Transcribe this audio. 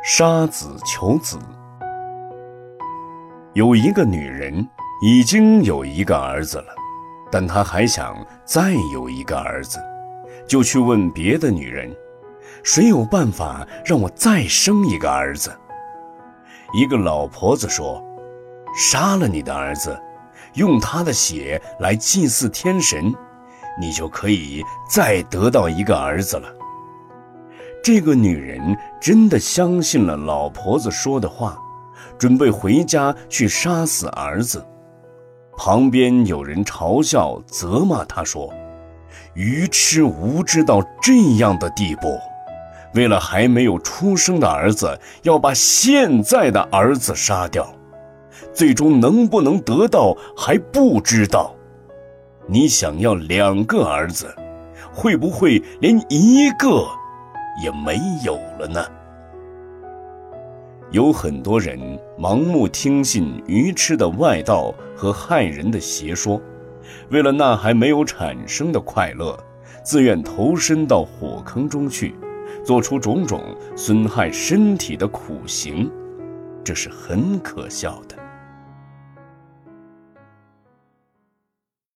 杀子求子。有一个女人已经有一个儿子了，但她还想再有一个儿子，就去问别的女人，谁有办法让我再生一个儿子？一个老婆子说，杀了你的儿子，用他的血来祭祀天神，你就可以再得到一个儿子了。这个女人真的相信了老婆子说的话，准备回家去杀死儿子。旁边有人嘲笑责骂她说，愚痴无知到这样的地步，为了还没有出生的儿子，要把现在的儿子杀掉，最终能不能得到还不知道。你想要2个儿子，会不会连一个也没有了呢？有很多人盲目听信愚痴的外道和害人的邪说，为了那还没有产生的快乐，自愿投身到火坑中去，做出种种损害身体的苦行，这是很可笑的。